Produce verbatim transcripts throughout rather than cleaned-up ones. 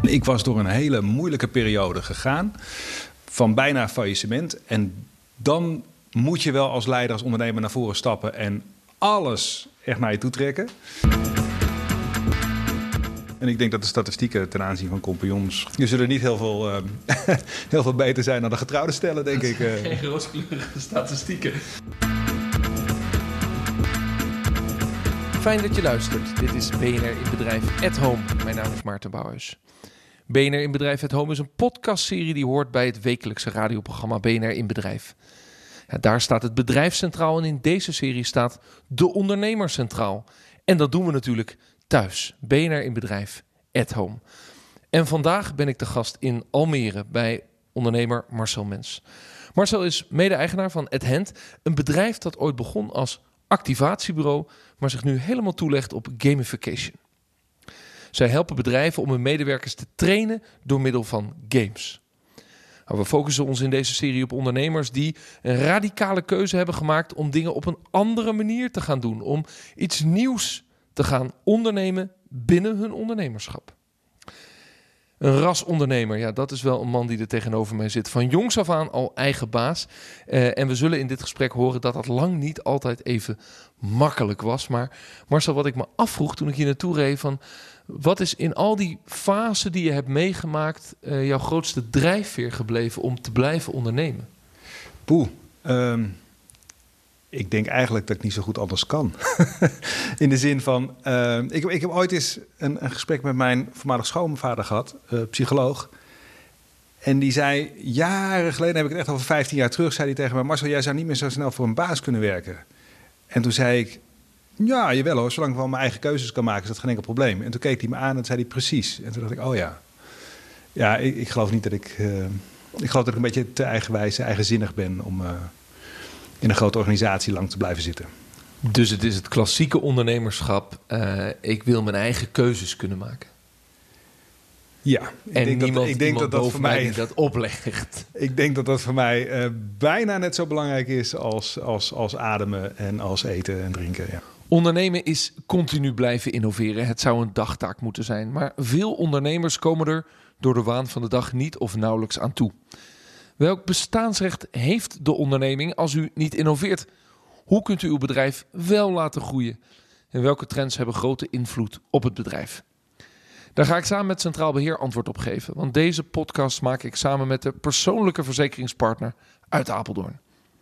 Ik was door een hele moeilijke periode gegaan, van bijna faillissement. En dan moet je wel als leider, als ondernemer naar voren stappen en alles echt naar je toe trekken. En ik denk dat de statistieken ten aanzien van compagnons, die zullen niet heel veel, uh, heel veel beter zijn dan de getrouwde stellen, denk ik. Uh. Geen rooskleurige statistieken. Fijn dat je luistert. Dit is B N R in Bedrijf at Home. Mijn naam is Maarten Bouwhuis. B N R in Bedrijf at Home is een podcastserie die hoort bij het wekelijkse radioprogramma B N R in Bedrijf. Ja, daar staat het bedrijf centraal en in deze serie staat de ondernemer centraal. En dat doen we natuurlijk thuis. B N R in Bedrijf at Home. En vandaag ben ik de gast in Almere bij ondernemer Marcel Mens. Marcel is mede-eigenaar van AtHand, een bedrijf dat ooit begon als activatiebureau, maar zich nu helemaal toelegt op gamification. Zij helpen bedrijven om hun medewerkers te trainen door middel van games. Nou, we focussen ons in deze serie op ondernemers die een radicale keuze hebben gemaakt om dingen op een andere manier te gaan doen. Om iets nieuws te gaan ondernemen binnen hun ondernemerschap. Een rasondernemer, ja, dat is wel een man die er tegenover mij zit. Van jongs af aan al eigen baas. Uh, en we zullen in dit gesprek horen dat dat lang niet altijd even makkelijk was. Maar Marcel, wat ik me afvroeg toen ik hier naartoe reed, van wat is in al die fasen die je hebt meegemaakt uh, jouw grootste drijfveer gebleven om te blijven ondernemen? Poeh, um, ik denk eigenlijk dat ik niet zo goed anders kan. In de zin van, uh, ik, ik heb ooit eens een, een gesprek met mijn voormalig schoonvader gehad, uh, psycholoog. En die zei, jaren geleden, heb ik het echt over vijftien jaar terug, zei hij tegen mij: Marcel, jij zou niet meer zo snel voor een baas kunnen werken. En toen zei ik, ja, jawel hoor, zolang ik wel mijn eigen keuzes kan maken, is dat geen enkel probleem. En toen keek hij me aan en zei hij precies. En toen dacht ik, oh ja. Ja, ik, ik geloof niet dat ik, uh, ik geloof dat ik een beetje te eigenwijs, eigenzinnig ben om Uh, in een grote organisatie lang te blijven zitten. Dus het is het klassieke ondernemerschap. Uh, ik wil mijn eigen keuzes kunnen maken. Ja, ik en denk niemand, dat, ik denk niemand dat dat voor mij dat oplegt. Ik denk dat dat voor mij uh, bijna net zo belangrijk is als, als, als ademen en als eten en drinken. Ja. Ondernemen is continu blijven innoveren. Het zou een dagtaak moeten zijn. Maar veel ondernemers komen er door de waan van de dag niet of nauwelijks aan toe. Welk bestaansrecht heeft de onderneming als u niet innoveert? Hoe kunt u uw bedrijf wel laten groeien? En welke trends hebben grote invloed op het bedrijf? Daar ga ik samen met Centraal Beheer antwoord op geven. Want deze podcast maak ik samen met de persoonlijke verzekeringspartner uit Apeldoorn.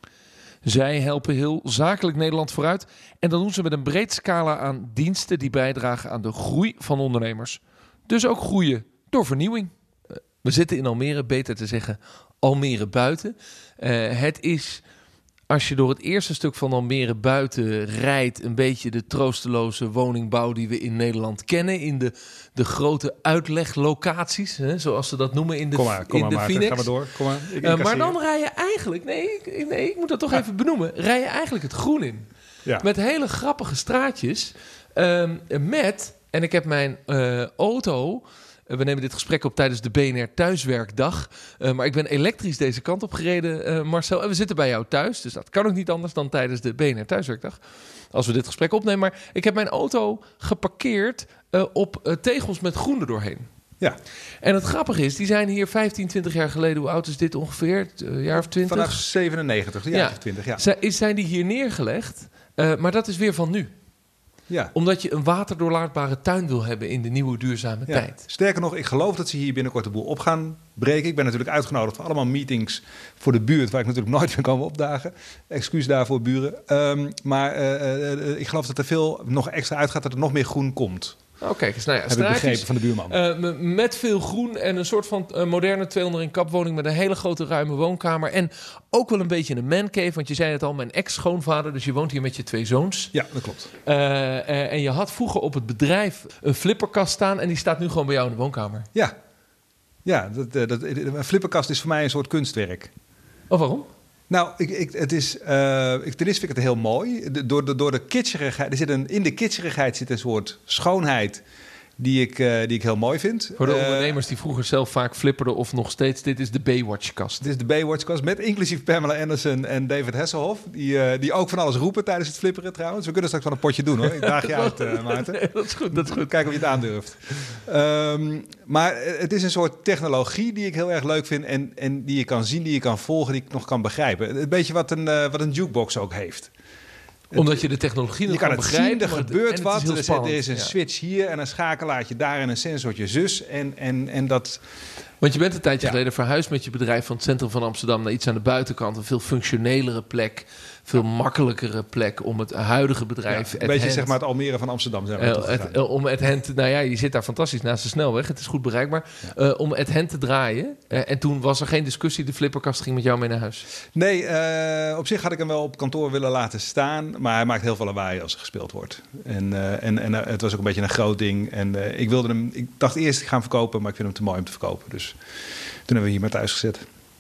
Zij helpen heel zakelijk Nederland vooruit. En dat doen ze met een breed scala aan diensten die bijdragen aan de groei van ondernemers. Dus ook groeien door vernieuwing. We zitten in Almere, beter te zeggen Almere buiten. Uh, het is, als je door het eerste stuk van Almere buiten rijdt, een beetje de troosteloze woningbouw die we in Nederland kennen. In de, de grote uitleglocaties, hè, zoals ze dat noemen in de, kom maar, kom in maar, de Maarten, Phoenix. Ga maar door. Kom maar. Ik, uh, maar dan rij je eigenlijk, nee ik, nee, ik moet dat toch ja. even benoemen, rij je eigenlijk het groen in. Ja. Met hele grappige straatjes. Uh, met, en ik heb mijn uh, auto. We nemen dit gesprek op tijdens de B N R Thuiswerkdag. Uh, maar ik ben elektrisch deze kant op gereden, uh, Marcel. En we zitten bij jou thuis, dus dat kan ook niet anders dan tijdens de B N R Thuiswerkdag. Als we dit gesprek opnemen. Maar ik heb mijn auto geparkeerd uh, op uh, tegels met groen er doorheen. Ja. En het grappige is, die zijn hier vijftien, twintig jaar geleden. Hoe oud is dit ongeveer? Een jaar of twintig? Vanaf zevenennegentig, ja, of twintig, ja. Z- zijn die hier neergelegd? Uh, maar dat is weer van nu. Ja. Omdat je een waterdoorlaatbare tuin wil hebben in de nieuwe duurzame ja. tijd. Sterker nog, ik geloof dat ze hier binnenkort de boel op gaan breken. Ik ben natuurlijk uitgenodigd voor allemaal meetings voor de buurt, waar ik natuurlijk nooit ben komen opdagen. Excuus daarvoor, buren. Um, maar uh, uh, ik geloof dat er veel nog extra uitgaat, dat er nog meer groen komt. Oh, kijk eens, nou ja, heb ik begrepen van de buurman. Uh, met veel groen en een soort van uh, moderne tweehonderd in kap woning met een hele grote ruime woonkamer. En ook wel een beetje een mancave, want je zei het al, mijn ex-schoonvader, dus je woont hier met je twee zoons. Ja, dat klopt. Uh, uh, en je had vroeger op het bedrijf een flipperkast staan en die staat nu gewoon bij jou in de woonkamer. Ja, ja dat, dat, een flipperkast is voor mij een soort kunstwerk. Oh, waarom? Nou, ik, ik, het is, uh, ik, ten eerste vind ik het heel mooi. De, door, de, door de kitscherigheid, er zit een, in de kitscherigheid zit een soort schoonheid die ik, uh, die ik heel mooi vind. Voor de uh, ondernemers die vroeger zelf vaak flipperden of nog steeds, dit is de Baywatch-kast. Dit is de Baywatch-kast met inclusief Pamela Anderson en David Hasselhoff. Die, uh, die ook van alles roepen tijdens het flipperen trouwens. We kunnen straks wel een potje doen hoor. Ik daag je uit, uh, Maarten. Nee, dat is goed, dat is goed. Kijk of je het aandurft. Um, maar het is een soort technologie die ik heel erg leuk vind. En, en die je kan zien, die je kan volgen, die ik nog kan begrijpen. Een beetje wat een, uh, wat een jukebox ook heeft. Omdat je de technologie nog je kan het begrijpen, zien, er gebeurt wat. Er is, er is een ja. switch hier en een schakelaartje daar en een sensortje zus. En, en, en dat... Want je bent een tijdje ja. geleden verhuisd met je bedrijf van het centrum van Amsterdam naar iets aan de buitenkant. Een veel functionelere plek, veel ja. makkelijkere plek om het huidige bedrijf... Ja, een beetje hand, zeg maar het Almere van Amsterdam. Zijn we uh, het, uh, om het hand, nou ja, je zit daar fantastisch naast de snelweg. Het is goed bereikbaar. Ja. Uh, om het hand te draaien. Uh, en toen was er geen discussie. De flipperkast ging met jou mee naar huis. Nee, uh, op zich had ik hem wel op kantoor willen laten staan. Maar hij maakt heel veel lawaai als er gespeeld wordt. En, uh, en, en uh, het was ook een beetje een groot ding. En uh, ik wilde hem... Ik dacht eerst ik ga hem verkopen, maar ik vind hem te mooi om te verkopen. Dus toen hebben we hier maar thuis gezet.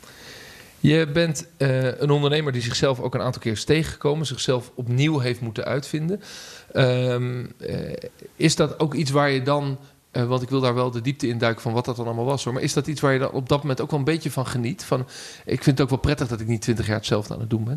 Je bent uh, een ondernemer die zichzelf ook een aantal keer is tegengekomen. Zichzelf opnieuw heeft moeten uitvinden. Um, uh, is dat ook iets waar je dan... Uh, want ik wil daar wel de diepte in duiken van wat dat dan allemaal was. Hoor. Maar is dat iets waar je dan op dat moment ook wel een beetje van geniet? Van, ik vind het ook wel prettig dat ik niet twintig jaar hetzelfde aan het doen ben.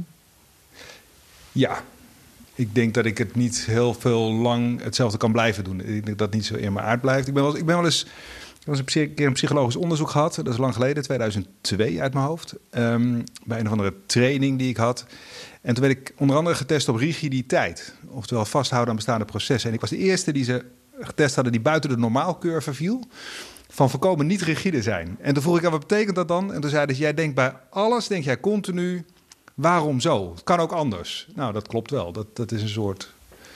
Ja, ik denk dat ik het niet heel veel lang hetzelfde kan blijven doen. Ik denk dat dat niet zo in mijn aard blijft. Ik ben wel, ik ben wel eens... Ik was een keer een psychologisch onderzoek gehad. Dat is lang geleden, tweeduizend twee uit mijn hoofd. Um, bij een of andere training die ik had. En toen werd ik onder andere getest op rigiditeit. Oftewel vasthouden aan bestaande processen. En ik was de eerste die ze getest hadden die buiten de normaalcurve viel. Van volkomen niet rigide zijn. En toen vroeg ik aan wat betekent dat dan? En toen zeiden ze, jij denkt bij alles, denk jij continu, waarom zo? Het kan ook anders. Nou, dat klopt wel. Dat, dat is een soort...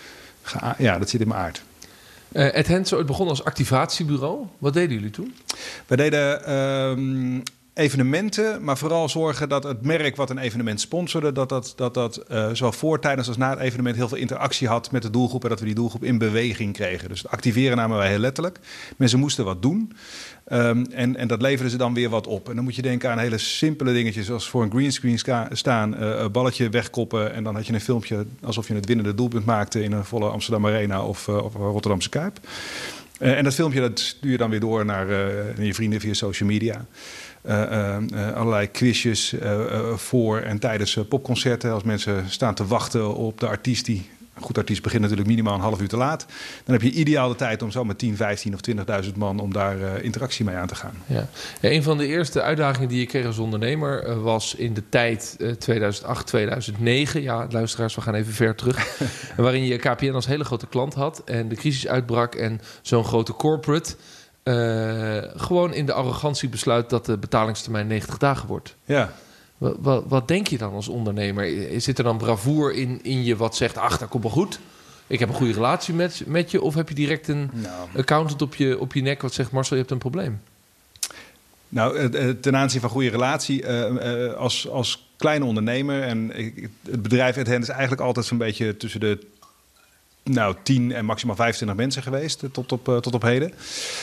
Ja, dat zit in mijn aard. Uh, Ed Hense ooit begon als activatiebureau. Wat deden jullie toen? Wij deden um, evenementen, maar vooral zorgen dat het merk wat een evenement sponsorde, dat dat, dat, dat uh, zowel voor, tijdens als na het evenement heel veel interactie had met de doelgroep en dat we die doelgroep in beweging kregen. Dus het activeren namen wij heel letterlijk. Mensen moesten wat doen um, en, en dat leverde ze dan weer wat op. En dan moet je denken aan hele simpele dingetjes zoals voor een greenscreen ska- staan, uh, een balletje wegkoppen en dan had je een filmpje alsof je het winnende doelpunt maakte in een volle Amsterdam Arena of, uh, of Rotterdamse Kuip. Uh, en dat filmpje dat stuur je dan weer door naar, uh, naar je vrienden via social media. Uh, uh, uh, allerlei quizjes uh, uh, voor en tijdens uh, popconcerten. Als mensen staan te wachten op de artiest die... Een goed artiest begint natuurlijk minimaal een half uur te laat. Dan heb je ideaal de tijd om zo met tien, vijftien of twintigduizend man... om daar uh, interactie mee aan te gaan. Ja. Ja, een van de eerste uitdagingen die je kreeg als ondernemer... Uh, was in de tijd uh, tweeduizend acht, tweeduizend negen. Ja, luisteraars, we gaan even ver terug. waarin je K P N als hele grote klant had... en de crisis uitbrak en zo'n grote corporate... Uh, gewoon in de arrogantie besluit dat de betalingstermijn negentig dagen wordt. Ja. Wat, wat, wat denk je dan als ondernemer? Zit er dan bravoer in, in je wat zegt... ach, dat komt wel goed. Ik heb een goede relatie met, met je. Of heb je direct een nou. accountant op je, op je nek... wat zegt Marcel, je hebt een probleem? Nou, ten aanzien van goede relatie... Uh, uh, als, als kleine ondernemer... en het bedrijf Ed Hense is eigenlijk altijd zo'n beetje... tussen de nou, tien en maximaal vijfentwintig mensen geweest... tot op, uh, tot op heden.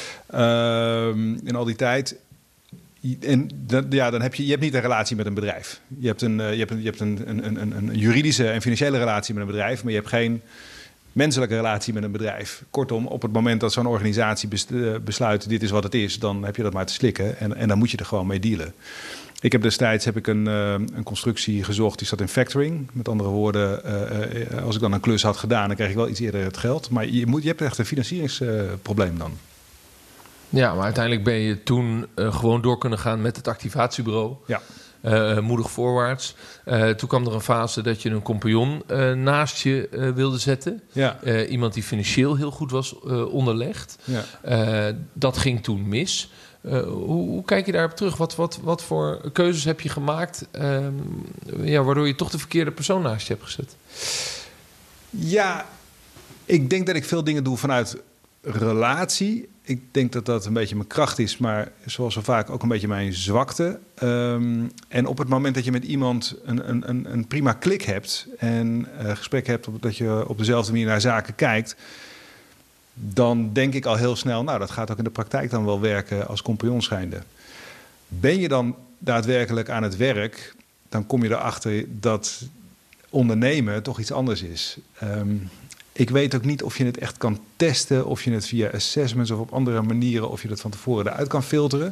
Uh, in al die tijd... En dan, ja, dan heb je, je hebt niet een relatie met een bedrijf. Je hebt, een, je hebt, een, je hebt een, een, een, een juridische en financiële relatie met een bedrijf... maar je hebt geen menselijke relatie met een bedrijf. Kortom, op het moment dat zo'n organisatie besluit... dit is wat het is, dan heb je dat maar te slikken... en, en dan moet je er gewoon mee dealen. Ik heb destijds heb ik een, een constructie gezocht, die zat in factoring. Met andere woorden, uh, als ik dan een klus had gedaan... dan kreeg ik wel iets eerder het geld. Maar je, moet, je hebt echt een financieringsprobleem dan. Ja, maar uiteindelijk ben je toen uh, gewoon door kunnen gaan met het activatiebureau. Ja. Uh, moedig voorwaarts. Uh, toen kwam er een fase dat je een compagnon uh, naast je uh, wilde zetten. Ja. Uh, iemand die financieel heel goed was uh, onderlegd. Ja. Uh, dat ging toen mis. Uh, hoe, hoe kijk je daarop terug? Wat, wat, wat voor keuzes heb je gemaakt... Uh, ja, waardoor je toch de verkeerde persoon naast je hebt gezet? Ja, ik denk dat ik veel dingen doe vanuit relatie. Ik denk dat dat een beetje mijn kracht is, maar zoals zo vaak ook een beetje mijn zwakte. Um, en op het moment dat je met iemand een, een, een prima klik hebt en uh, gesprek hebt, dat je op dezelfde manier naar zaken kijkt, dan denk ik al heel snel, nou, dat gaat ook in de praktijk dan wel werken als compagnon zijnde. Ben je dan daadwerkelijk aan het werk, dan kom je erachter dat ondernemen toch iets anders is. Um, ik weet ook niet of je het echt kan testen, of je het via assessments of op andere manieren, of je dat van tevoren eruit kan filteren.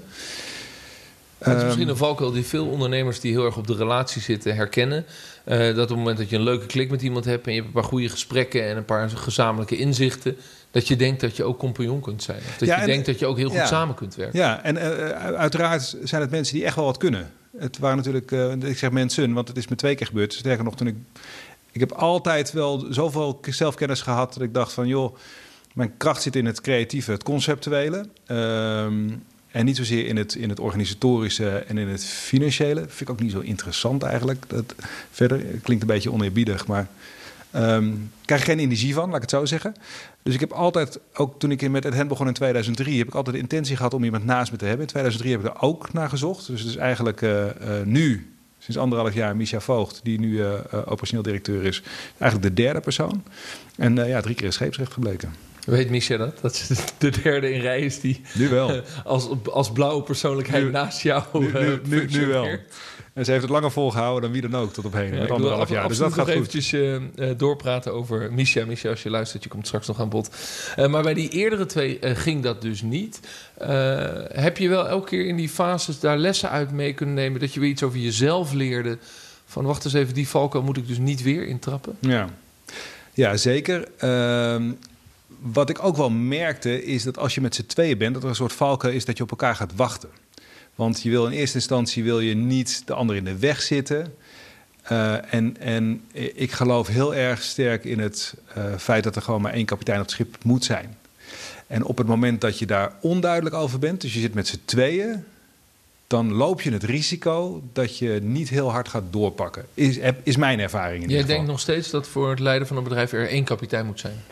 Het is misschien een valkuil die veel ondernemers die heel erg op de relatie zitten herkennen. Uh, dat op het moment dat je een leuke klik met iemand hebt en je hebt een paar goede gesprekken en een paar gezamenlijke inzichten, dat je denkt dat je ook compagnon kunt zijn. Of dat ja, je en, denkt dat je ook heel goed ja, samen kunt werken. Ja, en uh, uiteraard zijn het mensen die echt wel wat kunnen. Het waren natuurlijk, uh, ik zeg mensen, want het is me twee keer gebeurd. Sterker nog, toen ik, ik heb altijd wel zoveel zelfkennis gehad dat ik dacht van, joh, mijn kracht zit in het creatieve, het conceptuele. Um, En niet zozeer in het, in het organisatorische en in het financiële. Vind ik ook niet zo interessant eigenlijk. Dat, verder, het klinkt een beetje oneerbiedig, maar um, ik krijg geen energie van, laat ik het zo zeggen. Dus ik heb altijd, ook toen ik met At Hand begon in tweeduizend drie... heb ik altijd de intentie gehad om iemand naast me te hebben. In tweeduizend drie heb ik er ook naar gezocht. Dus het is eigenlijk uh, uh, nu, sinds anderhalf jaar, Mischa Voogd, die nu uh, uh, operationeel directeur is, eigenlijk de derde persoon. En uh, ja, drie keer is scheepsrecht gebleken. Weet Mischa dat? Dat ze de derde in rij is die nu wel. Uh, als, als blauwe persoonlijkheid nu, naast jou nu, nu, uh, nu, nu wel. En ze heeft het langer volgehouden dan wie dan ook tot op heen. Ja, met anderhalf jaar. Dus dat gaat goed. Eventjes uh, uh, doorpraten over Mischa. Mischa, als je luistert, je komt straks nog aan bod. Uh, maar bij die eerdere twee uh, ging dat dus niet. Uh, heb je wel elke keer in die fases daar lessen uit mee kunnen nemen? Dat je weer iets over jezelf leerde? Van wacht eens even, die valkuil moet ik dus niet weer intrappen? Ja, ja zeker. Uh, Wat ik ook wel merkte is dat als je met z'n tweeën bent, dat er een soort valkuil is dat je op elkaar gaat wachten. Want je wil in eerste instantie wil je niet de ander in de weg zitten. Uh, en, en ik geloof heel erg sterk in het uh, feit dat er gewoon maar één kapitein op het schip moet zijn. En op het moment dat je daar onduidelijk over bent, dus je zit met z'n tweeën, dan loop je het risico dat je niet heel hard gaat doorpakken. Is, is mijn ervaring in ieder geval. Jij denkt nog steeds dat voor het leiden van een bedrijf er één kapitein moet zijn?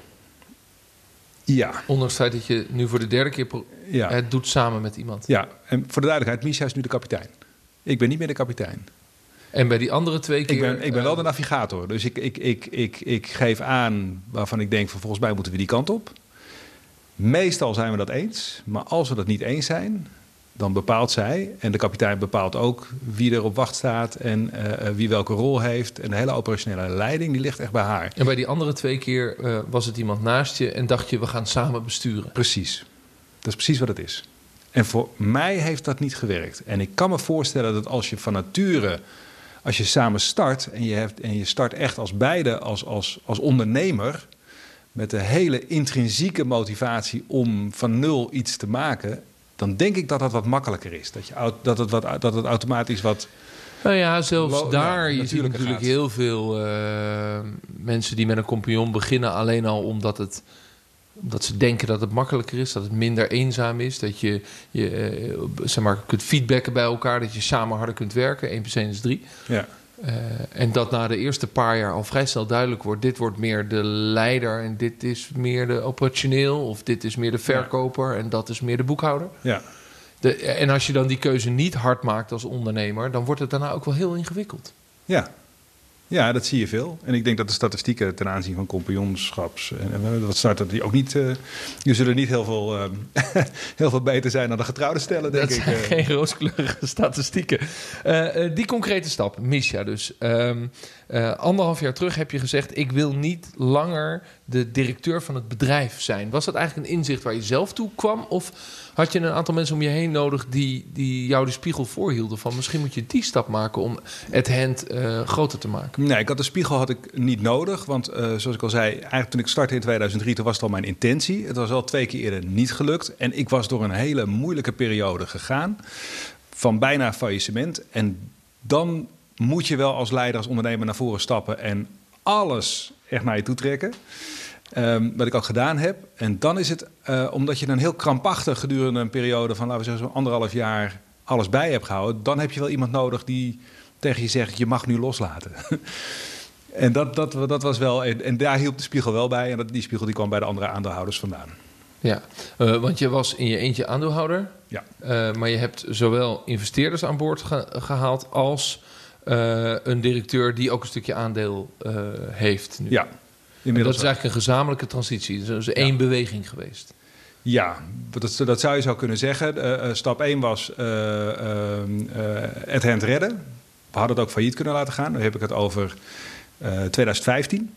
Ja. Ondanks het feit dat je nu voor de derde keer pro- ja. het doet samen met iemand. Ja, en voor de duidelijkheid, Mischa is nu de kapitein. Ik ben niet meer de kapitein. En bij die andere twee keer... Ik ben, ik ben wel de navigator. Dus ik, ik, ik, ik, ik geef aan waarvan ik denk van volgens mij moeten we die kant op. Meestal zijn we dat eens. Maar als we dat niet eens zijn, dan bepaalt zij. En de kapitein bepaalt ook wie er op wacht staat en uh, wie welke rol heeft. En de hele operationele leiding, die ligt echt bij haar. En bij die andere twee keer uh, was het iemand naast je en dacht je, we gaan samen besturen. Precies. Dat is precies wat het is. En voor mij heeft dat niet gewerkt. En ik kan me voorstellen dat als je van nature, als je samen start en je, hebt, en je start echt als beide als, als, als ondernemer, met de hele intrinsieke motivatie om van nul iets te maken, dan denk ik dat dat wat makkelijker is. Dat, je, dat, het, wat, dat het automatisch wat... Nou ja, zelfs lo- daar, ja, je ziet natuurlijk gaat. heel veel uh, mensen die met een compagnon beginnen alleen al omdat het omdat ze denken dat het makkelijker is, dat het minder eenzaam is, dat je, je uh, zeg maar, kunt feedbacken bij elkaar, dat je samen harder kunt werken. één plus één is drie. Ja. Uh, en dat na de eerste paar jaar al vrij snel duidelijk wordt, dit wordt meer de leider en dit is meer de operationeel of dit is meer de verkoper ja. en dat is meer de boekhouder. Ja. De, en als je dan die keuze niet hard maakt als ondernemer, dan wordt het daarna ook wel heel ingewikkeld. Ja. Ja, dat zie je veel. En ik denk dat de statistieken ten aanzien van compagnonschaps en, en wat starten die ook niet, uh, die zullen niet heel veel, uh, heel veel beter zijn dan de getrouwde stellen, denk dat ik. Dat zijn geen rooskleurige statistieken. Uh, uh, die concrete stap, Mischa dus. Um, uh, anderhalf jaar terug heb je gezegd, ik wil niet langer de directeur van het bedrijf zijn. Was dat eigenlijk een inzicht waar je zelf toe kwam? Of had je een aantal mensen om je heen nodig die, die jou de spiegel voorhielden van misschien moet je die stap maken om At Hand uh, groter te maken? Nee, ik had de spiegel had ik niet nodig. Want uh, zoals ik al zei, eigenlijk toen ik startte in tweeduizend drie, toen was het al mijn intentie. Het was al twee keer eerder niet gelukt. En ik was door een hele moeilijke periode gegaan. Van bijna faillissement. En dan moet je wel als leider, als ondernemer naar voren stappen en alles echt naar je toe trekken. Um, wat ik ook gedaan heb. En dan is het, uh, omdat je dan heel krampachtig gedurende een periode van, laten we zeggen, zo'n anderhalf jaar alles bij hebt gehouden, dan heb je wel iemand nodig die tegen je zegt, je mag nu loslaten. En dat, dat, dat was wel, en, en daar hielp de spiegel wel bij. En dat, die spiegel die kwam bij de andere aandeelhouders vandaan. Ja, uh, want je was in je eentje aandeelhouder. Ja. Uh, maar je hebt zowel investeerders aan boord ge- gehaald als uh, een directeur die ook een stukje aandeel uh, heeft nu. Ja. Dat is eigenlijk een gezamenlijke transitie. Dus dat is één ja. beweging geweest. Ja, dat, dat zou je zo kunnen zeggen. Uh, uh, stap één was uh, uh, uh, At Hand redden. We hadden het ook failliet kunnen laten gaan. Nu heb ik het over uh, twintig vijftien.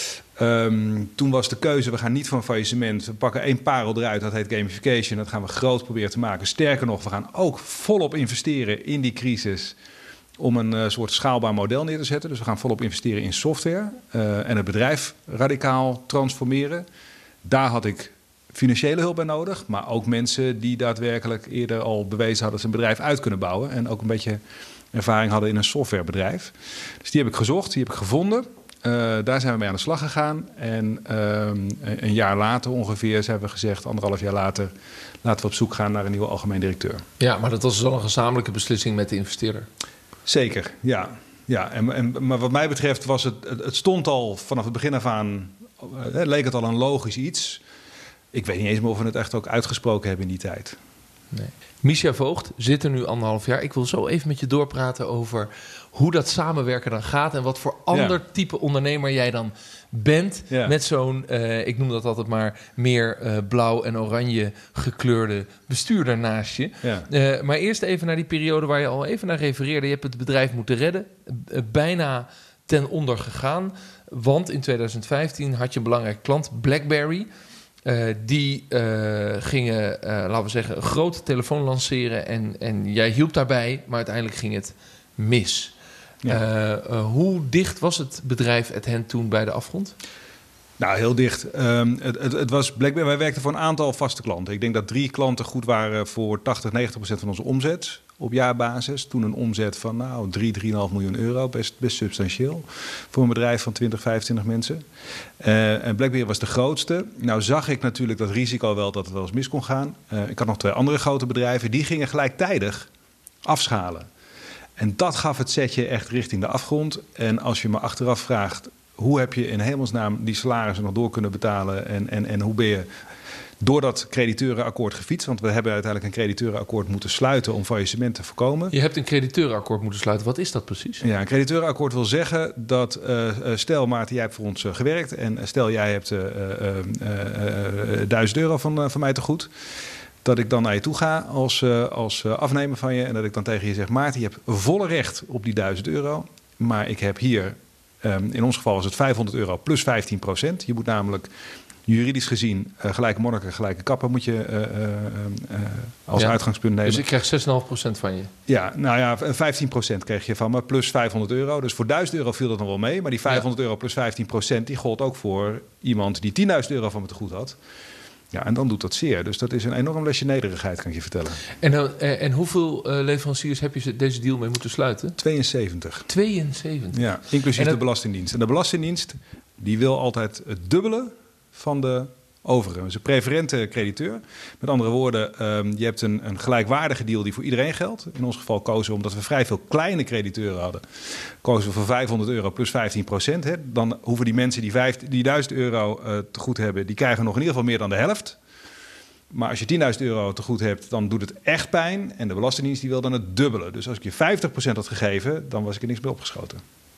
Um, toen was de keuze, we gaan niet van faillissement. We pakken één parel eruit, dat heet gamification. Dat gaan we groot proberen te maken. Sterker nog, we gaan ook volop investeren in die crisis om een uh, soort schaalbaar model neer te zetten. Dus we gaan volop investeren in software uh, en het bedrijf radicaal transformeren. Daar had ik financiële hulp bij nodig, maar ook mensen die daadwerkelijk eerder al bewezen hadden dat ze een bedrijf uit kunnen bouwen en ook een beetje ervaring hadden in een softwarebedrijf. Dus die heb ik gezocht, die heb ik gevonden. Uh, daar zijn we mee aan de slag gegaan. En uh, een jaar later ongeveer hebben we gezegd, anderhalf jaar later, laten we op zoek gaan naar een nieuwe algemeen directeur. Ja, maar dat was wel een gezamenlijke beslissing met de investeerder. Zeker, ja. ja en, en, maar wat mij betreft was het, het stond al vanaf het begin af aan, uh, leek het al een logisch iets. Ik weet niet eens meer of we het echt ook uitgesproken hebben in die tijd. Nee. Misja Voogd zit er nu anderhalf jaar. Ik wil zo even met je doorpraten over hoe dat samenwerken dan gaat en wat voor ander ja. type ondernemer jij dan bent. Ja. Met zo'n, uh, ik noem dat altijd maar, meer uh, blauw en oranje gekleurde bestuurder naast je. Ja. Uh, maar eerst even naar die periode waar je al even naar refereerde. Je hebt het bedrijf moeten redden. Uh, bijna ten onder gegaan. Want in twintig vijftien had je een belangrijke klant, BlackBerry. Uh, die uh, gingen, uh, laten we zeggen, een grote telefoon lanceren. En, en jij hielp daarbij, maar uiteindelijk ging het mis. Ja. Uh, uh, hoe dicht was het bedrijf at hand toen bij de afgrond? Nou, heel dicht. Um, het, het, het was BlackBerry. Wij werkten voor een aantal vaste klanten. Ik denk dat drie klanten goed waren voor tachtig, negentig procent van onze omzet op jaarbasis. Toen een omzet van nou, drie, drie komma vijf miljoen euro. Best, best substantieel voor een bedrijf van twintig, vijfentwintig mensen. Uh, en BlackBerry was de grootste. Nou zag ik natuurlijk dat risico wel dat het wel eens mis kon gaan. Uh, ik had nog twee andere grote bedrijven. Die gingen gelijktijdig afschalen. En dat gaf het setje echt richting de afgrond. En als je me achteraf vraagt, hoe heb je in hemelsnaam die salarissen nog door kunnen betalen? En, en, en hoe ben je door dat crediteurenakkoord gefietst? Want we hebben uiteindelijk een crediteurenakkoord moeten sluiten om faillissement te voorkomen. Je hebt een crediteurenakkoord moeten sluiten. Wat is dat precies? Ja, een crediteurenakkoord wil zeggen dat uh, stel Maarten, jij hebt voor ons uh, gewerkt. En stel jij hebt uh, uh, uh, uh, duizend euro van, uh, van mij te goed. Dat ik dan naar je toe ga als, uh, als uh, afnemer van je. En dat ik dan tegen je zeg, Maarten, je hebt volle recht op die duizend euro. Maar ik heb hier, um, in ons geval is het vijfhonderd euro plus vijftien procent. Je moet namelijk juridisch gezien uh, gelijke monniken, gelijke kappen moet je uh, uh, uh, als ja. uitgangspunt nemen. Dus ik krijg zes komma vijf procent van je? Ja, nou ja, vijftien procent kreeg je van me plus vijfhonderd euro. Dus voor duizend euro viel dat nog wel mee. Maar die vijfhonderd ja. euro plus vijftien procent, die gold ook voor iemand die tienduizend euro van me te goed had. Ja, en dan doet dat zeer. Dus dat is een enorm lesje nederigheid, kan ik je vertellen. En, uh, en hoeveel uh, leveranciers heb je deze deal mee moeten sluiten? tweeënzeventig. tweeënzeventig? Ja, inclusief dat... de Belastingdienst. En de Belastingdienst die wil altijd het dubbele van de overigen. Dus een preferente crediteur. Met andere woorden, um, je hebt een, een gelijkwaardige deal die voor iedereen geldt. In ons geval kozen we, omdat we vrij veel kleine crediteuren hadden, kozen we voor vijfhonderd euro plus vijftien procent. Hè. Dan hoeven die mensen die, vijf, die duizend euro uh, te goed hebben, die krijgen nog in ieder geval meer dan de helft. Maar als je tienduizend euro te goed hebt, dan doet het echt pijn. En de Belastingdienst die wil dan het dubbele. Dus als ik je vijftig procent had gegeven, dan was ik er niks meer opgeschoten.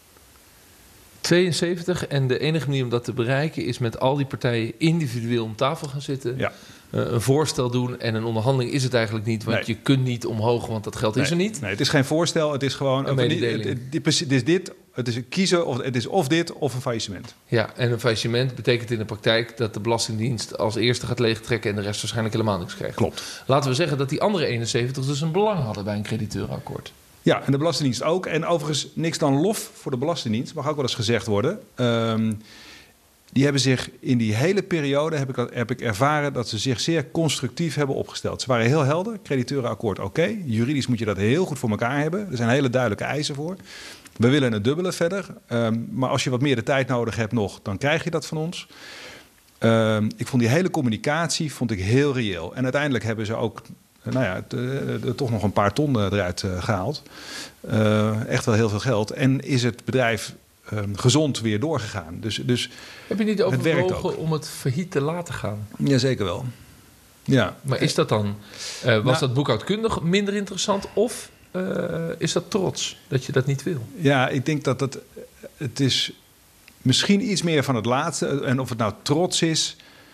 tweeënzeventig en de enige manier om dat te bereiken is met al die partijen individueel om tafel gaan zitten. Ja. Uh, een voorstel doen en een onderhandeling is het eigenlijk niet. Want nee. je kunt niet omhoog, want dat geld nee. is er niet. Nee, het is geen voorstel. Het is gewoon een mededeling. Het, het, het, het is dit. Het is kiezen of het is of dit of een faillissement. Ja, en een faillissement betekent in de praktijk dat de Belastingdienst als eerste gaat leegtrekken en de rest waarschijnlijk helemaal niks krijgt. Klopt. Laten we zeggen dat die andere eenenzeventig dus een belang hadden bij een crediteurenakkoord. Ja, en de Belastingdienst ook. En overigens niks dan lof voor de Belastingdienst, mag ook wel eens gezegd worden. Um, die hebben zich in die hele periode, heb ik, heb ik ervaren, dat ze zich zeer constructief hebben opgesteld. Ze waren heel helder, crediteurenakkoord oké. Okay. Juridisch moet je dat heel goed voor elkaar hebben. Er zijn hele duidelijke eisen voor. We willen het dubbele verder. Um, maar als je wat meer de tijd nodig hebt nog, dan krijg je dat van ons. Um, ik vond die hele communicatie vond ik heel reëel. En uiteindelijk hebben ze ook nou ja, de, de, toch nog een paar ton eruit uh, gehaald. Uh, echt wel heel veel geld. En is het bedrijf um, gezond weer doorgegaan. Dus, dus heb je niet overwogen om het failliet te laten gaan? Jazeker wel. Ja. Maar is dat dan, uh, was nou, dat boekhoudkundig minder interessant? Of uh, is dat trots dat je dat niet wil? Ja, ik denk dat het, het is misschien iets meer van het laatste. En of het nou trots is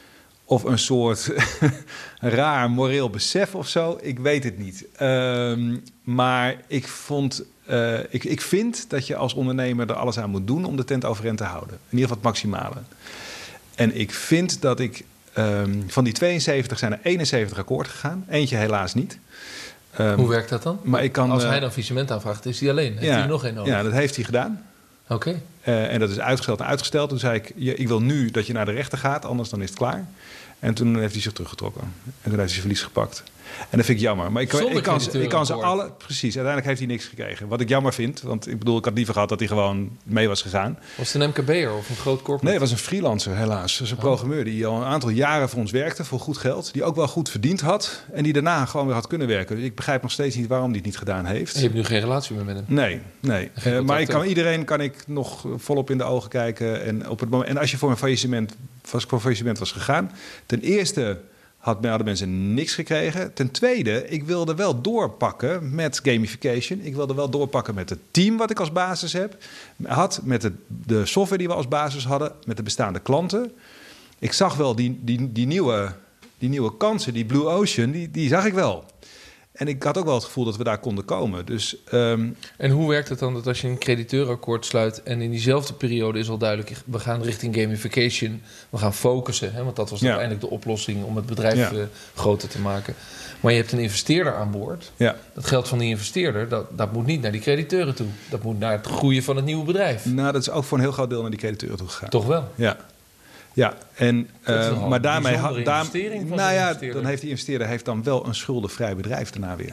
of een soort raar moreel besef of zo. Ik weet het niet. Um, maar ik vond... Uh, ik, ik vind dat je als ondernemer er alles aan moet doen om de tent overeind te houden. In ieder geval het maximale. En ik vind dat ik... Um, van die tweeënzeventig zijn er eenenzeventig akkoord gegaan. Eentje helaas niet. Um, Hoe werkt dat dan? Maar ik kan, als hij uh, dan faillissement aanvraagt, is hij alleen? Heeft ja, hij nog één nodig? Ja, dat heeft hij gedaan. Oké. Okay. Uh, en dat is uitgesteld en uitgesteld. Toen zei ik, ik wil nu dat je naar de rechter gaat, anders dan is het klaar. En toen heeft hij zich teruggetrokken. En toen heeft hij zijn verlies gepakt. En dat vind ik jammer. Maar ik, kan, ik, kan, ik kan ze alle... Precies, uiteindelijk heeft hij niks gekregen. Wat ik jammer vind, want ik bedoel, ik had liever gehad dat hij gewoon mee was gegaan. Was het een M K B'er of een groot corporate? Nee, het was een freelancer helaas. Dat is een oh. programmeur die al een aantal jaren voor ons werkte, voor goed geld. Die ook wel goed verdiend had. En die daarna gewoon weer had kunnen werken. Dus ik begrijp nog steeds niet waarom hij het niet gedaan heeft. En je hebt nu geen relatie meer met hem? Nee, nee. Uh, maar ik kan, iedereen kan ik nog volop in de ogen kijken. En, op het moment, en als je voor een faillissement, was, voor een faillissement was gegaan... Ten eerste... hadden mensen niks gekregen. Ten tweede, ik wilde wel doorpakken met gamification. Ik wilde wel doorpakken met het team wat ik als basis heb. Had met de, de software die we als basis hadden. Met de bestaande klanten. Ik zag wel die, die, die, nieuwe, die nieuwe kansen, die Blue Ocean, die, die zag ik wel. En ik had ook wel het gevoel dat we daar konden komen. Dus, um... En hoe werkt het dan dat als je een crediteurakkoord sluit... en in diezelfde periode is al duidelijk... we gaan richting gamification, we gaan focussen... Hè, want dat was ja. uiteindelijk de oplossing om het bedrijf ja. uh, groter te maken. Maar je hebt een investeerder aan boord. Ja. Dat geld van die investeerder, dat, dat moet niet naar die crediteuren toe. Dat moet naar het groeien van het nieuwe bedrijf. Nou, dat is ook voor een heel groot deel naar die crediteuren toe gegaan. Toch wel? Ja. Ja, en, uh, maar daarmee had daar, nou ja, dan heeft die investeerder heeft dan wel een schuldenvrij bedrijf daarna weer.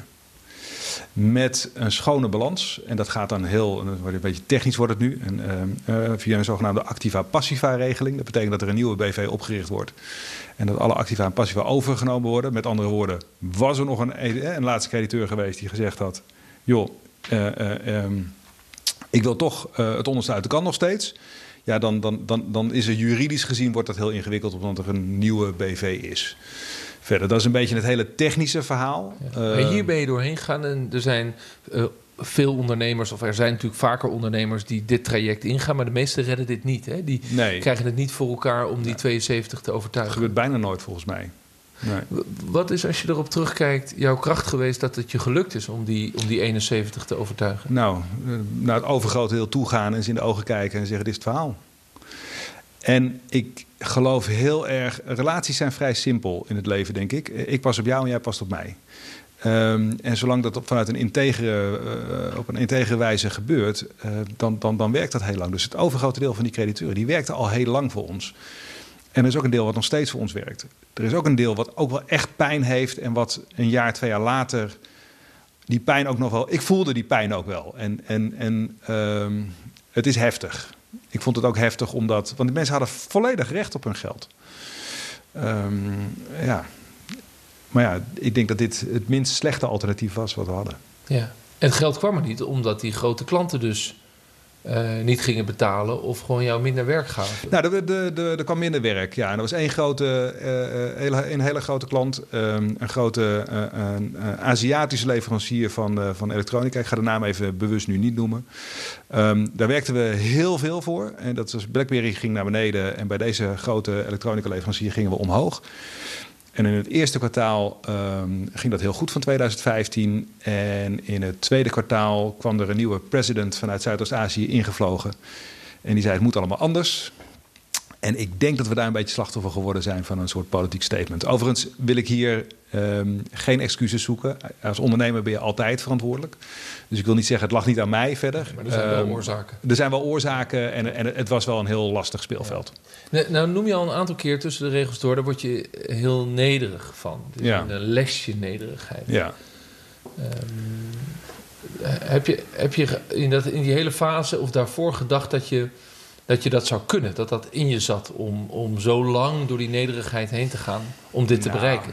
Met een schone balans. En dat gaat dan heel, een beetje technisch wordt het nu. En, uh, uh, via een zogenaamde activa-passiva-regeling. Dat betekent dat er een nieuwe B V opgericht wordt. En dat alle activa en passiva overgenomen worden. Met andere woorden, was er nog een, een laatste crediteur geweest die gezegd had... joh, uh, uh, um, ik wil toch uh, het ondersluiten kan nog steeds... Ja, dan, dan, dan, dan is er juridisch gezien wordt dat heel ingewikkeld... omdat er een nieuwe B V is. Verder, dat is een beetje het hele technische verhaal. Ja. Maar hier ben je doorheen gegaan en er zijn uh, veel ondernemers... of er zijn natuurlijk vaker ondernemers die dit traject ingaan... maar de meesten redden dit niet. Hè? Die nee. krijgen het niet voor elkaar om die tweeënzeventig te overtuigen. Dat gebeurt bijna nooit volgens mij. Nee. Wat is, als je erop terugkijkt, jouw kracht geweest dat het je gelukt is om die, om die eenenzeventig te overtuigen? Nou, naar het overgrote deel toe gaan en ze in de ogen kijken en zeggen: dit is het verhaal. En ik geloof heel erg, relaties zijn vrij simpel in het leven, denk ik. Ik pas op jou en jij past op mij. Um, en zolang dat op, vanuit een integere, uh, op een integere wijze gebeurt, uh, dan, dan, dan werkt dat heel lang. Dus het overgrote deel van die crediteuren, die werkte al heel lang voor ons. En er is ook een deel wat nog steeds voor ons werkt. Er is ook een deel wat ook wel echt pijn heeft en wat een jaar, twee jaar later die pijn ook nog wel... Ik voelde die pijn ook wel. En, en, en um, het is heftig. Ik vond het ook heftig omdat... Want de mensen hadden volledig recht op hun geld. Um, ja. Maar ja, ik denk dat dit het minst slechte alternatief was wat we hadden. Ja. En het geld kwam er niet omdat die grote klanten dus... Uh, niet gingen betalen of gewoon jou minder werk gaven? Nou, er, de, de, er kwam minder werk, ja. En er was één grote, uh, hele, een hele grote klant. Um, een grote uh, een, uh, Aziatische leverancier van, uh, van elektronica. Ik ga de naam even bewust nu niet noemen. Um, daar werkten we heel veel voor. En dat was, BlackBerry ging naar beneden. En bij deze grote elektronica leverancier gingen we omhoog. En in het eerste kwartaal um, ging dat heel goed van twintig vijftien. En in het tweede kwartaal kwam er een nieuwe president vanuit Zuidoost-Azië ingevlogen. En die zei: het moet allemaal anders. En ik denk dat we daar een beetje slachtoffer geworden zijn van een soort politiek statement. Overigens wil ik hier um, geen excuses zoeken. Als ondernemer ben je altijd verantwoordelijk. Dus ik wil niet zeggen, het lag niet aan mij verder. Maar er zijn wel um, oorzaken. Er zijn wel oorzaken en, en het was wel een heel lastig speelveld. Ja. Nou noem je al een aantal keer tussen de regels door, daar word je heel nederig van. Dus ja. Een lesje nederigheid. Ja. Um, heb je, heb je in, dat, in die hele fase of daarvoor gedacht dat je... dat je dat zou kunnen, dat dat in je zat om, om zo lang door die nederigheid heen te gaan om dit te nou, bereiken?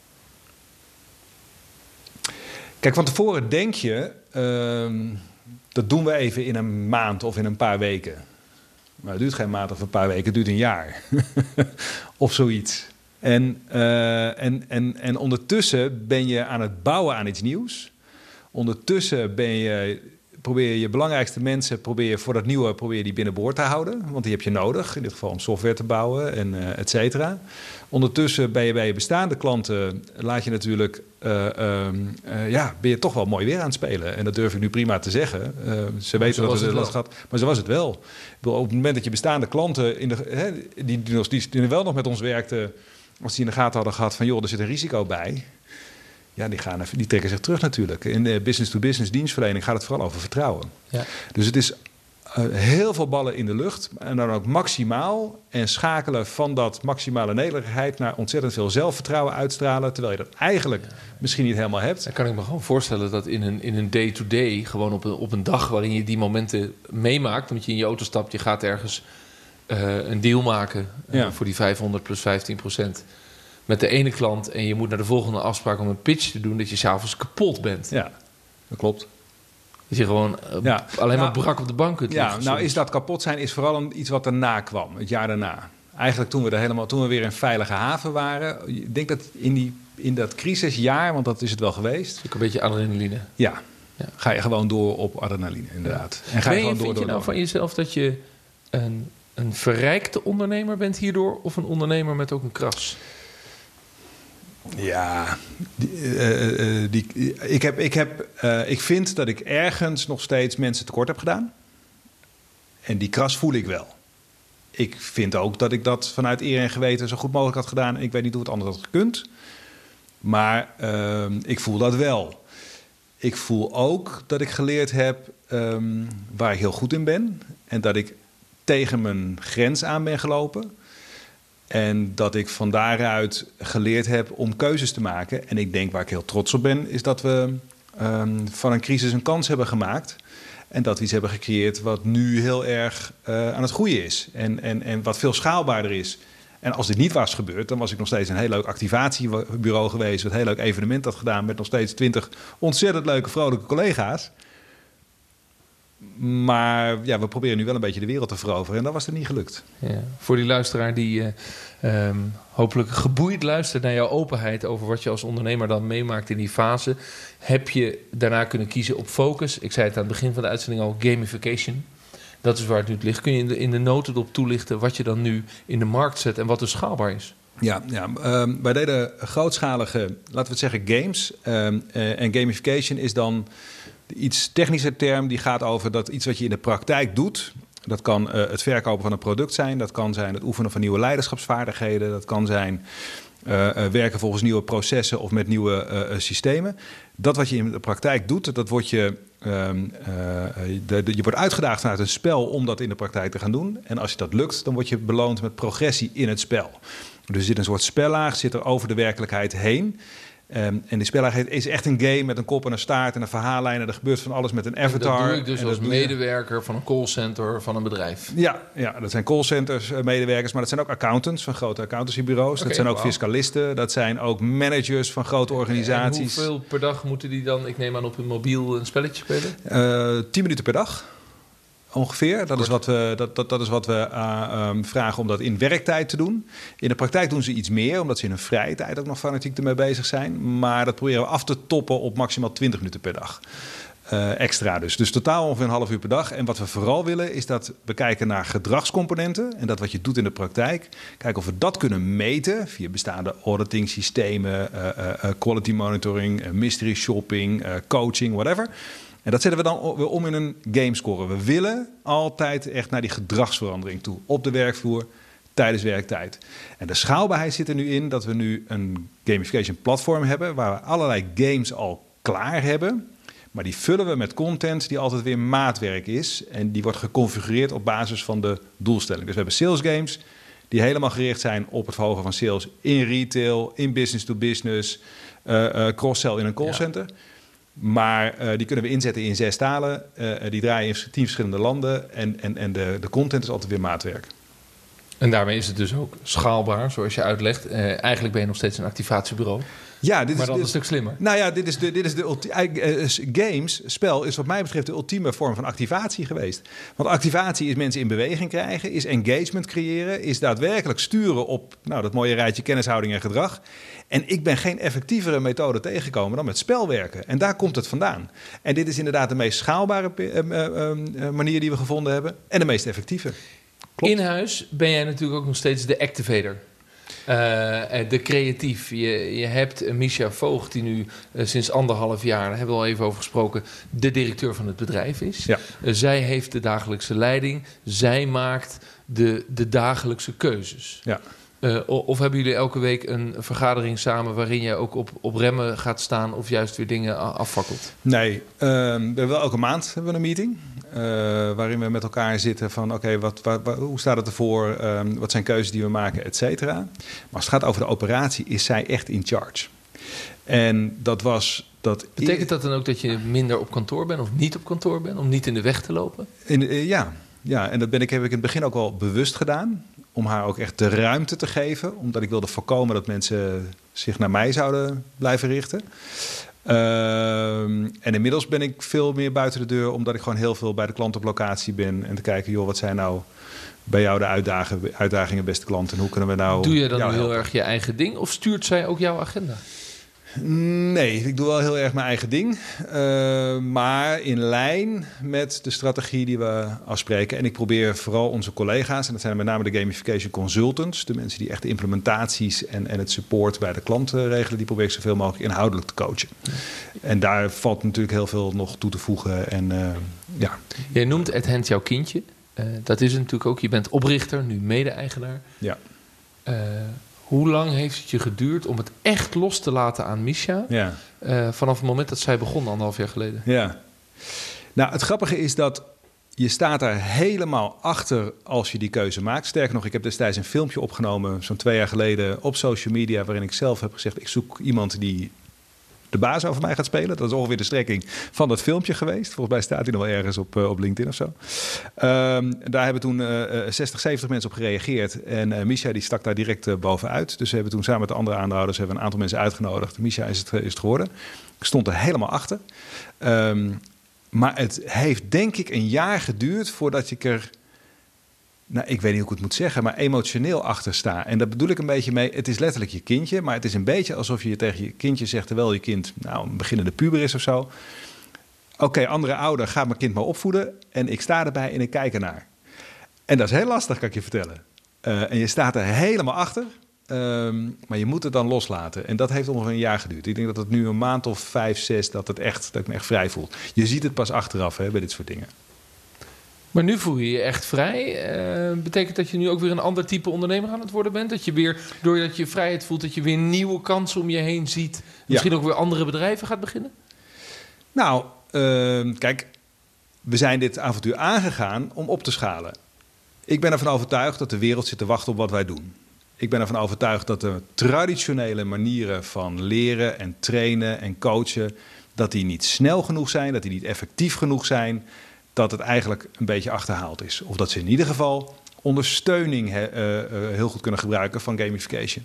Kijk, van tevoren denk je, uh, dat doen we even in een maand of in een paar weken. Maar het duurt geen maand of een paar weken, het duurt een jaar. Of zoiets. En, uh, en, en, en ondertussen ben je aan het bouwen aan iets nieuws. Ondertussen ben je probeer je je belangrijkste mensen probeer je voor dat nieuwe probeer je die binnenboord te houden. Want die heb je nodig, in dit geval om software te bouwen en uh, et cetera. Ondertussen ben je bij je bestaande klanten, laat je natuurlijk, uh, uh, uh, ja, ben je toch wel mooi weer aan het spelen. En dat durf ik nu prima te zeggen. Uh, ze weten dat het last gaat, maar zo was het wel. Op het moment dat je bestaande klanten, in de, hè, die, die, die, die wel nog met ons werkten, als die in de gaten hadden gehad van joh, er zit een risico bij. Ja, die, gaan, die trekken zich terug natuurlijk. In de business-to-business dienstverlening gaat het vooral over vertrouwen. Ja. Dus het is uh, heel veel ballen in de lucht. En dan ook maximaal. En schakelen van dat maximale nederigheid naar ontzettend veel zelfvertrouwen uitstralen. Terwijl je dat eigenlijk ja. misschien niet helemaal hebt. Dan kan ik me gewoon voorstellen dat in een, in een day-to-day... gewoon op een, op een dag waarin je die momenten meemaakt... omdat je in je auto stapt, je gaat ergens uh, een deal maken... Uh, ja. voor die vijfhonderd plus vijftien procent... met de ene klant en je moet naar de volgende afspraak om een pitch te doen... dat je s'avonds kapot bent. Ja, dat klopt. Dat je gewoon uh, ja. alleen nou, maar brak op de bank kunt liggen. Ja, nou is dat kapot zijn is vooral een, iets wat daarna kwam, het jaar daarna. Eigenlijk toen we, er helemaal, toen we weer in veilige haven waren... ik denk dat in, die, in dat crisisjaar, want dat is het wel geweest... Ook een beetje adrenaline. Ja, ja, ga je gewoon door op adrenaline, inderdaad. Ja. En ga ben je gewoon je, door, vind door, je nou door. van jezelf dat je een, een verrijkte ondernemer bent hierdoor... of een ondernemer met ook een kras? Ja, die, uh, uh, die, ik, heb, ik, heb, uh, ik vind dat ik ergens nog steeds mensen tekort heb gedaan. En die kras voel ik wel. Ik vind ook dat ik dat vanuit eer en geweten zo goed mogelijk had gedaan. Ik weet niet hoe het anders had gekund. Maar uh, ik voel dat wel. Ik voel ook dat ik geleerd heb um, waar ik heel goed in ben. En dat ik tegen mijn grens aan ben gelopen. En dat ik van daaruit geleerd heb om keuzes te maken. En ik denk waar ik heel trots op ben, is dat we um, van een crisis een kans hebben gemaakt. En dat we iets hebben gecreëerd wat nu heel erg uh, aan het groeien is. En, en, en wat veel schaalbaarder is. En als dit niet was gebeurd, dan was ik nog steeds een heel leuk activatiebureau geweest. Wat een heel leuk evenement had gedaan met nog steeds twintig ontzettend leuke, vrolijke collega's. Maar ja, we proberen nu wel een beetje de wereld te veroveren. En dat was er niet gelukt. Ja, voor die luisteraar die uh, um, hopelijk geboeid luistert naar jouw openheid... over wat je als ondernemer dan meemaakt in die fase... heb je daarna kunnen kiezen op focus. Ik zei het aan het begin van de uitzending al, gamification. Dat is waar het nu ligt. Kun je in de, in de notendop toelichten wat je dan nu in de markt zet... en wat dus schaalbaar is? Ja, ja um, wij deden grootschalige, laten we het zeggen, games. Um, uh, en gamification is dan... de iets technische term die gaat over dat iets wat je in de praktijk doet. Dat kan uh, het verkopen van een product zijn. Dat kan zijn het oefenen van nieuwe leiderschapsvaardigheden. Dat kan zijn uh, uh, werken volgens nieuwe processen of met nieuwe uh, uh, systemen. Dat wat je in de praktijk doet, dat wordt je, um, uh, de, de, je wordt uitgedaagd vanuit een spel om dat in de praktijk te gaan doen. En als je dat lukt, dan word je beloond met progressie in het spel. Dus er zit een soort spellaag, zit er over de werkelijkheid heen. Um, en die spellaag is echt een game met een kop en een staart en een verhaallijn. En er gebeurt van alles met een avatar. En dat doe ik dus en als medewerker van een callcenter van een bedrijf. Ja, ja, dat zijn callcenters, uh, medewerkers. Maar dat zijn ook accountants van grote accountancybureaus. Okay, dat zijn ook wow. fiscalisten. Dat zijn ook managers van grote organisaties. En hoeveel per dag moeten die dan, ik neem aan, op hun mobiel een spelletje spelen? Uh, tien minuten per dag. Ongeveer. Dat is wat we, dat, dat, dat is wat we uh, um, vragen om dat in werktijd te doen. In de praktijk doen ze iets meer, omdat ze in hun vrije tijd ook nog fanatiek ermee bezig zijn. Maar dat proberen we af te toppen op maximaal twintig minuten per dag. Uh, extra dus. Dus totaal ongeveer een half uur per dag. En wat we vooral willen is dat we kijken naar gedragscomponenten. En dat wat je doet in de praktijk. Kijken of we dat kunnen meten via bestaande auditing systemen, uh, uh, quality monitoring, uh, mystery shopping, uh, coaching, whatever. En dat zetten we dan weer om in een gamescore. We willen altijd echt naar die gedragsverandering toe. Op de werkvloer, tijdens werktijd. En de schaalbaarheid zit er nu in dat we nu een gamification platform hebben... waar we allerlei games al klaar hebben. Maar die vullen we met content die altijd weer maatwerk is. En die wordt geconfigureerd op basis van de doelstelling. Dus we hebben sales games die helemaal gericht zijn op het verhogen van sales... in retail, in business to business, uh, uh, cross-sell in een callcenter... Ja. Maar uh, die kunnen we inzetten in zes talen. Uh, die draaien in tien verschillende landen. En, en, en de, de content is altijd weer maatwerk. En daarmee is het dus ook schaalbaar, zoals je uitlegt. Uh, eigenlijk ben je nog steeds een activatiebureau. Ja, dit maar is dan dit, een stuk slimmer. Nou ja, dit is de, dit is de ulti- uh, games, spel, is wat mij betreft de ultieme vorm van activatie geweest. Want activatie is mensen in beweging krijgen, is engagement creëren, is daadwerkelijk sturen op nou, dat mooie rijtje kennishouding en gedrag. En ik ben geen effectievere methode tegengekomen dan met spelwerken. En daar komt het vandaan. En dit is inderdaad de meest schaalbare uh, uh, uh, manier die we gevonden hebben en de meest effectieve. Klopt. In huis ben jij natuurlijk ook nog steeds de activator. Uh, de creatief. Je, je hebt Misha Voogd, die nu uh, sinds anderhalf jaar, daar hebben we al even over gesproken, de directeur van het bedrijf is. Ja. Uh, zij heeft de dagelijkse leiding. Zij maakt de, de dagelijkse keuzes. Ja. Uh, of hebben jullie elke week een vergadering samen waarin je ook op, op remmen gaat staan of juist weer dingen afvakkelt? Nee, uh, we hebben wel elke maand hebben we een meeting. Uh, waarin we met elkaar zitten van oké, okay, wat, wat, wat, hoe staat het ervoor? Um, wat zijn keuzes die we maken, et cetera. Maar als het gaat over de operatie, is zij echt in charge. En dat was... Dat Betekent dat dan ook dat je minder op kantoor bent of niet op kantoor bent? Om niet in de weg te lopen? In, uh, ja. ja, en dat ben ik, heb ik in het begin ook wel bewust gedaan. Om haar ook echt de ruimte te geven. Omdat ik wilde voorkomen dat mensen zich naar mij zouden blijven richten. Uh, en inmiddels ben ik veel meer buiten de deur. Omdat ik gewoon heel veel bij de klant op locatie ben. En te kijken, joh, wat zijn nou bij jou de uitdagingen, uitdagingen beste klant? En hoe kunnen we nou... Doe je dan heel erg je eigen ding? Of stuurt zij ook jouw agenda? Nee, ik doe wel heel erg mijn eigen ding. Uh, maar in lijn met de strategie die we afspreken. En ik probeer vooral onze collega's, en dat zijn met name de gamification consultants, de mensen die echt de implementaties en, en het support bij de klant uh, regelen, die probeer ik zoveel mogelijk inhoudelijk te coachen. Ja. En daar valt natuurlijk heel veel nog toe te voegen. En, uh, ja. Jij noemt Ed Hent jouw kindje. Uh, dat is het natuurlijk ook. Je bent oprichter, nu mede-eigenaar. Ja. Uh, Hoe lang heeft het je geduurd om het echt los te laten aan Misha? Ja. Uh, vanaf het moment dat zij begon, anderhalf jaar geleden. Ja. Nou, het grappige is dat je staat daar helemaal achter als je die keuze maakt. Sterker nog, ik heb destijds een filmpje opgenomen, zo'n twee jaar geleden, op social media, waarin ik zelf heb gezegd, ik zoek iemand die de baas over mij gaat spelen. Dat is ongeveer de strekking van dat filmpje geweest. Volgens mij staat hij nog wel ergens op, uh, op LinkedIn of zo. Um, daar hebben toen uh, zestig, zeventig mensen op gereageerd. En uh, Misha die stak daar direct uh, bovenuit. Dus we hebben toen samen met de andere aandeelhouders hebben een aantal mensen uitgenodigd. Misha is het, is het geworden. Ik stond er helemaal achter. Um, maar het heeft denk ik een jaar geduurd voordat ik er... Nou, ik weet niet hoe ik het moet zeggen, maar emotioneel achter sta. En daar bedoel ik een beetje mee, het is letterlijk je kindje, maar het is een beetje alsof je tegen je kindje zegt, terwijl je kind nou, een beginnende puber is of zo. Oké, okay, andere ouder, ga mijn kind maar opvoeden. En ik sta erbij en ik kijk ernaar. En dat is heel lastig, kan ik je vertellen. Uh, en je staat er helemaal achter, um, maar je moet het dan loslaten. En dat heeft ongeveer een jaar geduurd. Ik denk dat het nu een maand of vijf, zes, dat, het echt, dat ik me echt vrij voel. Je ziet het pas achteraf hè, bij dit soort dingen. Maar nu voel je je echt vrij. Uh, betekent dat je nu ook weer een ander type ondernemer aan het worden bent? Dat je weer, doordat je vrijheid voelt, dat je weer nieuwe kansen om je heen ziet. Misschien ja. ook weer andere bedrijven gaat beginnen? Nou, uh, kijk, we zijn dit avontuur aangegaan om op te schalen. Ik ben ervan overtuigd dat de wereld zit te wachten op wat wij doen. Ik ben ervan overtuigd dat de traditionele manieren van leren en trainen en coachen, dat die niet snel genoeg zijn, dat die niet effectief genoeg zijn, dat het eigenlijk een beetje achterhaald is. Of dat ze in ieder geval ondersteuning he, uh, uh, heel goed kunnen gebruiken van gamification.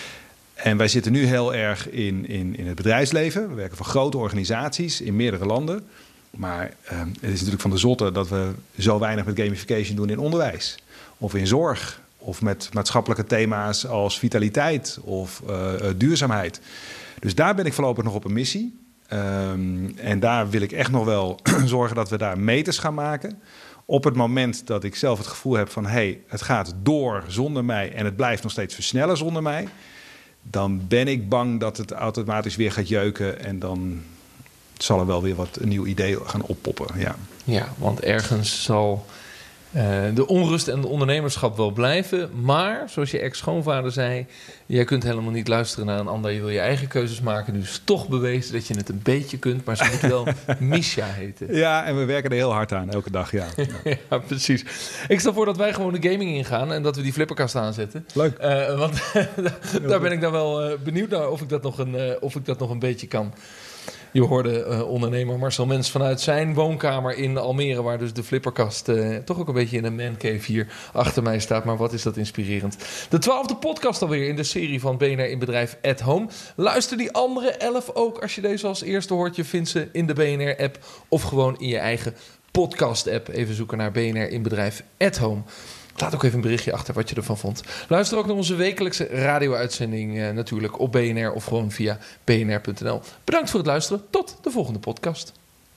En wij zitten nu heel erg in, in, in het bedrijfsleven. We werken voor grote organisaties in meerdere landen. Maar uh, het is natuurlijk van de zotte dat we zo weinig met gamification doen in onderwijs. Of in zorg. Of met maatschappelijke thema's als vitaliteit of uh, uh, duurzaamheid. Dus daar ben ik voorlopig nog op een missie. Um, en daar wil ik echt nog wel zorgen dat we daar meters gaan maken. Op het moment dat ik zelf het gevoel heb van, hé, hey, het gaat door zonder mij en het blijft nog steeds versnellen zonder mij, dan ben ik bang dat het automatisch weer gaat jeuken en dan zal er wel weer wat een nieuw idee gaan oppoppen. Ja, ja, want ergens zal uh, de onrust en de ondernemerschap wel blijven. Maar, zoals je ex-schoonvader zei, jij kunt helemaal niet luisteren naar een ander. Je wil je eigen keuzes maken. Dus toch bewezen dat je het een beetje kunt. Maar ze moet wel Misha heten. Ja, en we werken er heel hard aan, elke dag, ja. Ja, ja, precies. Ik stel voor dat wij gewoon de gaming ingaan en dat we die flipperkast aanzetten. Leuk. Uh, want daar ben ik dan wel uh, benieuwd naar of ik dat nog een, uh, of ik dat nog een beetje kan. Je hoorde uh, ondernemer Marcel Mens vanuit zijn woonkamer in Almere, waar dus de flipperkast uh, toch ook een beetje in een mancave hier achter mij staat. Maar wat is dat inspirerend. De twaalfde podcast alweer in de serie van B N R in Bedrijf at Home. Luister die andere elf ook als je deze als eerste hoort. Je vindt ze in de B N R-app of gewoon in je eigen podcast-app. Even zoeken naar B N R in Bedrijf at Home. Laat ook even een berichtje achter wat je ervan vond. Luister ook naar onze wekelijkse radio-uitzending uh, natuurlijk op B N R of gewoon via b n r punt n l. Bedankt voor het luisteren. Tot de volgende podcast.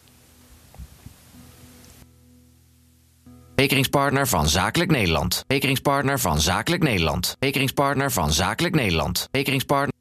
Verzekeringspartner van Zakelijk Nederland. Verzekeringspartner van Zakelijk Nederland. Verzekeringspartner van Zakelijk Nederland. Verzekeringspartner